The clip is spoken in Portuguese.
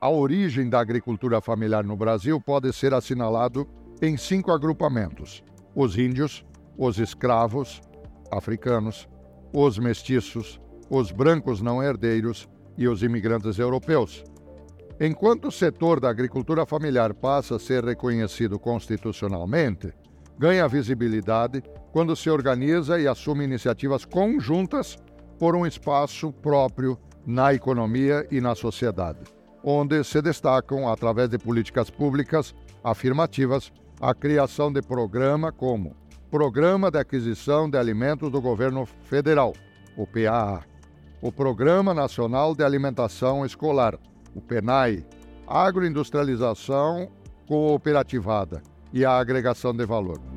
A origem da agricultura familiar no Brasil pode ser assinalado em 5 agrupamentos: os índios, os escravos africanos, os mestiços, os brancos não herdeiros e os imigrantes europeus. Enquanto o setor da agricultura familiar passa a ser reconhecido constitucionalmente, ganha visibilidade quando se organiza e assume iniciativas conjuntas por um espaço próprio na economia e na sociedade, onde se destacam, através de políticas públicas afirmativas, a criação de programa como Programa de Aquisição de Alimentos do Governo Federal, o PAA, o Programa Nacional de Alimentação Escolar, o PNAE, agroindustrialização cooperativada e a agregação de valor.